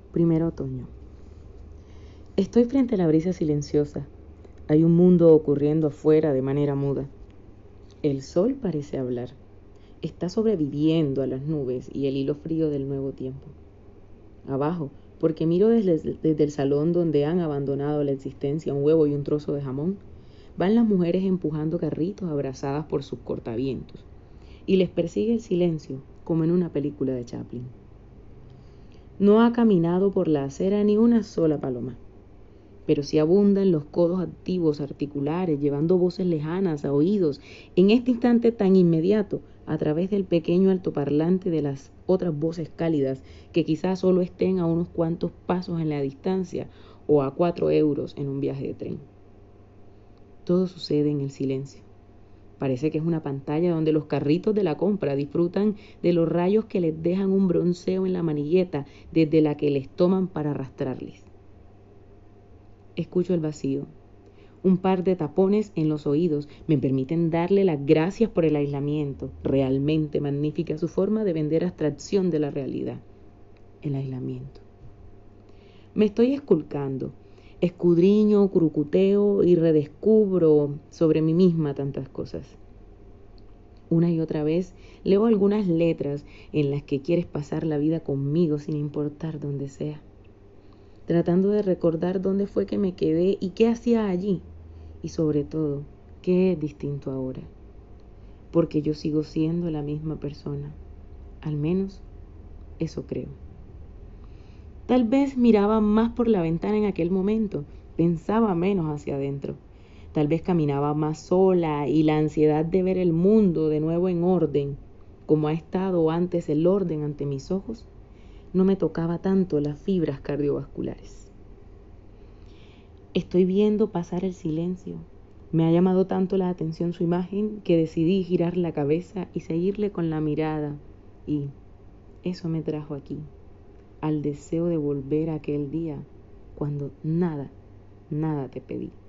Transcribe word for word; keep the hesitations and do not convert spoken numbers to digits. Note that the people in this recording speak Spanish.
Primer otoño. Estoy frente a la brisa silenciosa. Hay un mundo ocurriendo afuera de manera muda. El sol parece hablar. Está sobreviviendo a las nubes y el hilo frío del nuevo tiempo. Abajo, porque miro desde, desde el salón donde han abandonado la existencia un huevo y un trozo de jamón, van las mujeres empujando carritos abrazadas por sus cortavientos. Y les persigue el silencio, como en una película de Chaplin. No ha caminado por la acera ni una sola paloma, pero sí abundan los codos activos articulares, llevando voces lejanas a oídos, en este instante tan inmediato, a través del pequeño altoparlante de las otras voces cálidas, que quizás solo estén a unos cuantos pasos en la distancia o a cuatro euros en un viaje de tren. Todo sucede en el silencio. Parece que es una pantalla donde los carritos de la compra disfrutan de los rayos que les dejan un bronceo en la manigueta desde la que les toman para arrastrarles. Escucho el vacío. Un par de tapones en los oídos me permiten darle las gracias por el aislamiento. Realmente magnífica su forma de vender abstracción de la realidad. El aislamiento. Me estoy esculcando. Escudriño, crucuteo y redescubro sobre mí misma tantas cosas. Una y otra vez leo algunas letras en las que quieres pasar la vida conmigo sin importar dónde sea, tratando de recordar dónde fue que me quedé y qué hacía allí, y sobre todo, qué es distinto ahora, porque yo sigo siendo la misma persona, al menos eso creo. Tal vez miraba más por la ventana en aquel momento, pensaba menos hacia adentro. Tal vez caminaba más sola y la ansiedad de ver el mundo de nuevo en orden, como ha estado antes el orden ante mis ojos, no me tocaba tanto las fibras cardiovasculares. Estoy viendo pasar el silencio. Me ha llamado tanto la atención su imagen que decidí girar la cabeza y seguirle con la mirada. Y eso me trajo aquí, al deseo de volver a aquel día cuando nada, nada te pedí.